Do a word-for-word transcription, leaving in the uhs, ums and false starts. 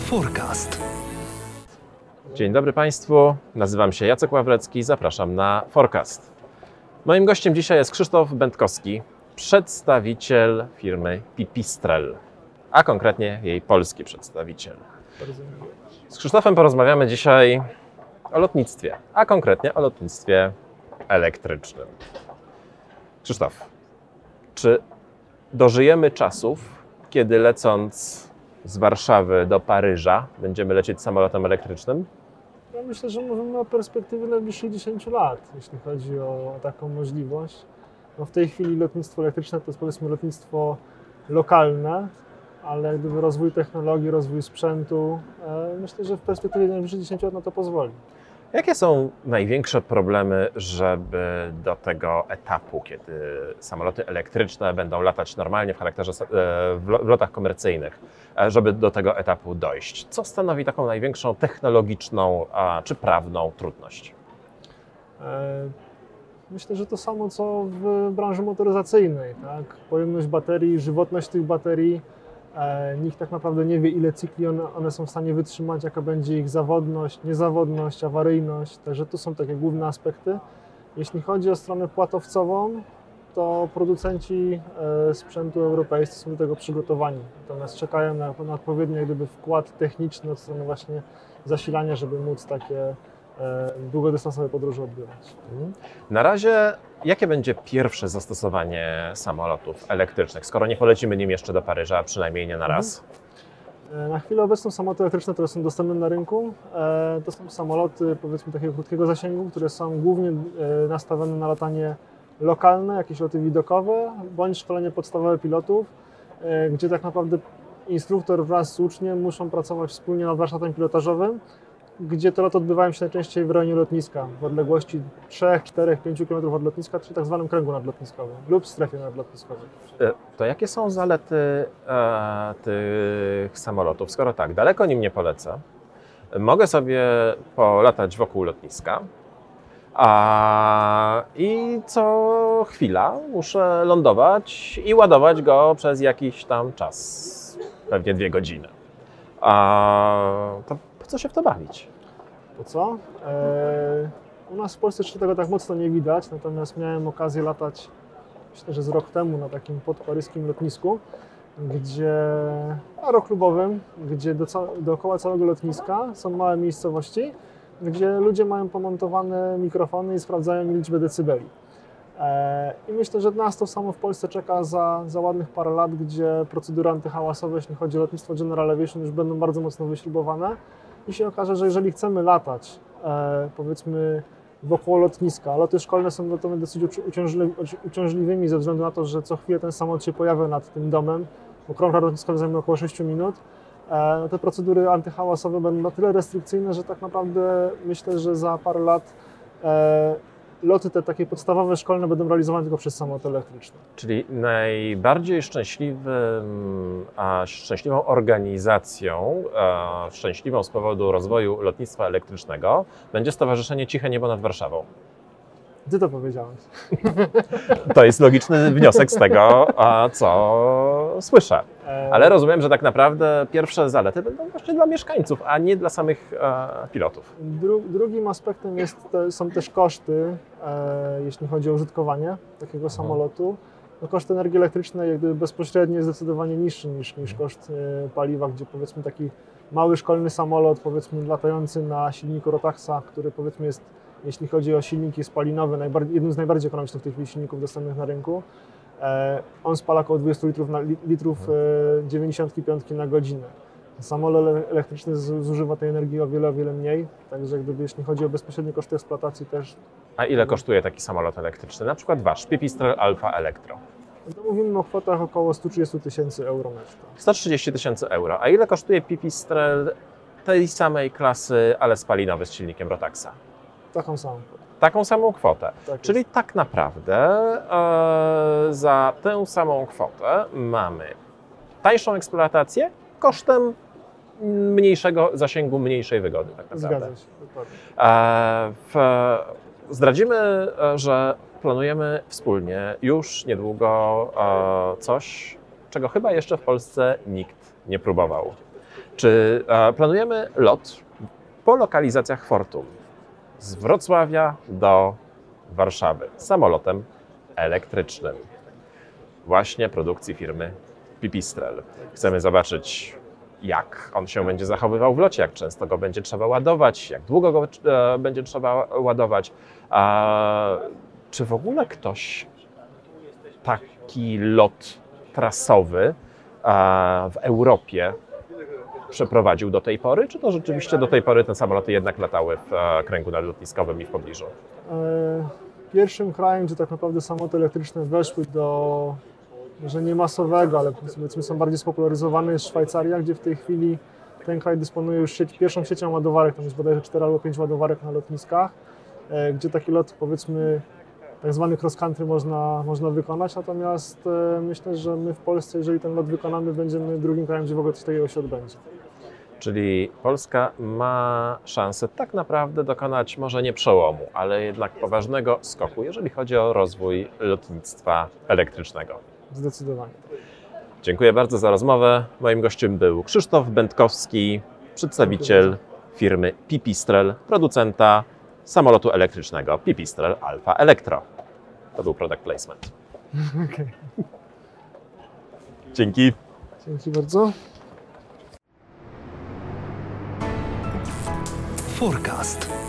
Forecast. Dzień dobry Państwu, nazywam się Jacek Ławrecki, zapraszam na Forecast. Moim gościem dzisiaj jest Krzysztof Będkowski, przedstawiciel firmy Pipistrel, a konkretnie jej polski przedstawiciel. Z Krzysztofem porozmawiamy dzisiaj o lotnictwie, a konkretnie o lotnictwie elektrycznym. Krzysztof, czy dożyjemy czasów, kiedy lecąc z Warszawy do Paryża będziemy lecieć samolotem elektrycznym? Ja myślę, że mówimy o perspektywie najbliższych dziesięciu lat, jeśli chodzi o taką możliwość. No w tej chwili lotnictwo elektryczne to jest, powiedzmy, lotnictwo lokalne, ale jak gdyby rozwój technologii, rozwój sprzętu, e, myślę, że w perspektywie najbliższych dziesięciu lat na to pozwoli. Jakie są największe problemy, żeby do tego etapu, kiedy samoloty elektryczne będą latać normalnie w charakterze, w lotach komercyjnych, żeby do tego etapu dojść? Co stanowi taką największą technologiczną czy prawną trudność? Myślę, że to samo co w branży motoryzacyjnej, tak? Pojemność baterii, żywotność tych baterii. Nikt tak naprawdę nie wie, ile cykli one, one są w stanie wytrzymać, jaka będzie ich zawodność, niezawodność, awaryjność. Także to są takie główne aspekty. Jeśli chodzi o stronę płatowcową, to producenci sprzętu europejscy są do tego przygotowani. Natomiast czekają na, na odpowiedni jak gdyby wkład techniczny od strony właśnie zasilania, żeby móc takie długodystansowe podróże odbywać. Na razie jakie będzie pierwsze zastosowanie samolotów elektrycznych, skoro nie polecimy nim jeszcze do Paryża, przynajmniej nie na raz? Na chwilę obecną samoloty elektryczne, które są dostępne na rynku, to są samoloty, powiedzmy, takiego krótkiego zasięgu, które są głównie nastawione na latanie lokalne, jakieś loty widokowe, bądź szkolenie podstawowe pilotów, gdzie tak naprawdę instruktor wraz z uczniem muszą pracować wspólnie nad warsztatem pilotażowym, gdzie te loty odbywają się najczęściej w rejonie lotniska, w odległości trzech, czterech, pięciu kilometrów od lotniska, czyli tak zwanym kręgu nadlotniskowym lub strefie nadlotniskowej. To jakie są zalety e, tych samolotów? Skoro tak, daleko nim nie polecę, mogę sobie polatać wokół lotniska, a, i co chwila muszę lądować i ładować go przez jakiś tam czas, pewnie dwie godziny. A, to po co się w to bawić? Po co? Eee, u nas w Polsce jeszcze tego tak mocno nie widać, natomiast miałem okazję latać, myślę, że z rok temu na takim podparyskim lotnisku, gdzie, aeroklubowym, gdzie do, dookoła całego lotniska są małe miejscowości, gdzie ludzie mają pomontowane mikrofony i sprawdzają liczbę decybeli. Eee, I myślę, że nas to samo w Polsce czeka za, za ładnych parę lat, gdzie procedury antyhałasowe, jeśli chodzi o lotnictwo General Aviation, już będą bardzo mocno wyśrubowane. I się okaże, że jeżeli chcemy latać, e, powiedzmy, wokół lotniska, loty szkolne są lotami dosyć uciążli, uciążliwymi ze względu na to, że co chwilę ten samolot się pojawia nad tym domem, bo krąg lotniskowy zajmuje około sześciu minut. E, te procedury antyhałasowe będą na tyle restrykcyjne, że tak naprawdę myślę, że za parę lat e, loty te takie podstawowe, szkolne będą realizowane tylko przez samoloty elektryczne. Czyli najbardziej szczęśliwym, a szczęśliwą organizacją, a szczęśliwą z powodu rozwoju lotnictwa elektrycznego będzie Stowarzyszenie Ciche Niebo nad Warszawą. Ty to powiedziałeś. To jest logiczny wniosek z tego, co słyszę. Ale rozumiem, że tak naprawdę pierwsze zalety będą właśnie dla mieszkańców, a nie dla samych e, pilotów. Dru, drugim aspektem jest, te, są też koszty, e, jeśli chodzi o użytkowanie takiego mhm. samolotu. No, koszt energii elektrycznej jak gdyby bezpośrednio jest zdecydowanie niższy niż, niż koszt e, paliwa, gdzie powiedzmy taki mały szkolny samolot, powiedzmy latający na silniku Rotaxa, który powiedzmy jest, jeśli chodzi o silniki spalinowe, jednym z najbardziej ekonomicznych w tej chwili silników dostępnych na rynku. On spala około dwadzieścia litrów, na, litrów dziewięćdziesiąt pięć na godzinę. Samolot elektryczny zużywa tej energii o wiele, o wiele mniej, także gdyby, jeśli chodzi o bezpośrednie koszty eksploatacji też. A ile kosztuje taki samolot elektryczny? Na przykład wasz Pipistrel Alfa Elektro? No, mówimy o kwotach około sto trzydzieści tysięcy euro netto. sto trzydzieści tysięcy euro. A ile kosztuje Pipistrel tej samej klasy, ale spalinowy z silnikiem Rotaxa? Taką samą kwotę. Taką samą kwotę. Tak Czyli jest. tak naprawdę e, za tę samą kwotę mamy tańszą eksploatację kosztem mniejszego zasięgu, mniejszej wygody. Tak naprawdę. Zgadza się, dokładnie. E, w, zdradzimy, że planujemy wspólnie już niedługo e, coś, czego chyba jeszcze w Polsce nikt nie próbował. Czy e, planujemy lot po lokalizacjach Fortum z Wrocławia do Warszawy samolotem elektrycznym, właśnie produkcji firmy Pipistrel. Chcemy zobaczyć, jak on się będzie zachowywał w locie, jak często go będzie trzeba ładować, jak długo go e, będzie trzeba ładować. A czy w ogóle ktoś taki lot trasowy a, w Europie przeprowadził do tej pory, czy to rzeczywiście do tej pory te samoloty jednak latały w e, kręgu nadlotniskowym i w pobliżu? E, Pierwszym krajem, gdzie tak naprawdę samoloty elektryczne weszły do, może nie masowego, ale powiedzmy są bardziej spopularyzowane, jest Szwajcaria, gdzie w tej chwili ten kraj dysponuje już sieć, pierwszą siecią ładowarek, tam jest bodajże cztery albo pięć ładowarek na lotniskach, e, gdzie taki lot, powiedzmy, tak zwany cross country można, można wykonać, natomiast e, myślę, że my w Polsce, jeżeli ten lot wykonamy, będziemy drugim krajem, gdzie w ogóle coś takiego się odbędzie. Czyli Polska ma szansę tak naprawdę dokonać może nie przełomu, ale jednak poważnego skoku, jeżeli chodzi o rozwój lotnictwa elektrycznego. Zdecydowanie. Dziękuję bardzo za rozmowę. Moim gościem był Krzysztof Będkowski, przedstawiciel firmy Pipistrel, producenta samolotu elektrycznego Pipistrel Alfa Electro. To był product placement. Okay. Dzięki. Dzięki bardzo. Forecast.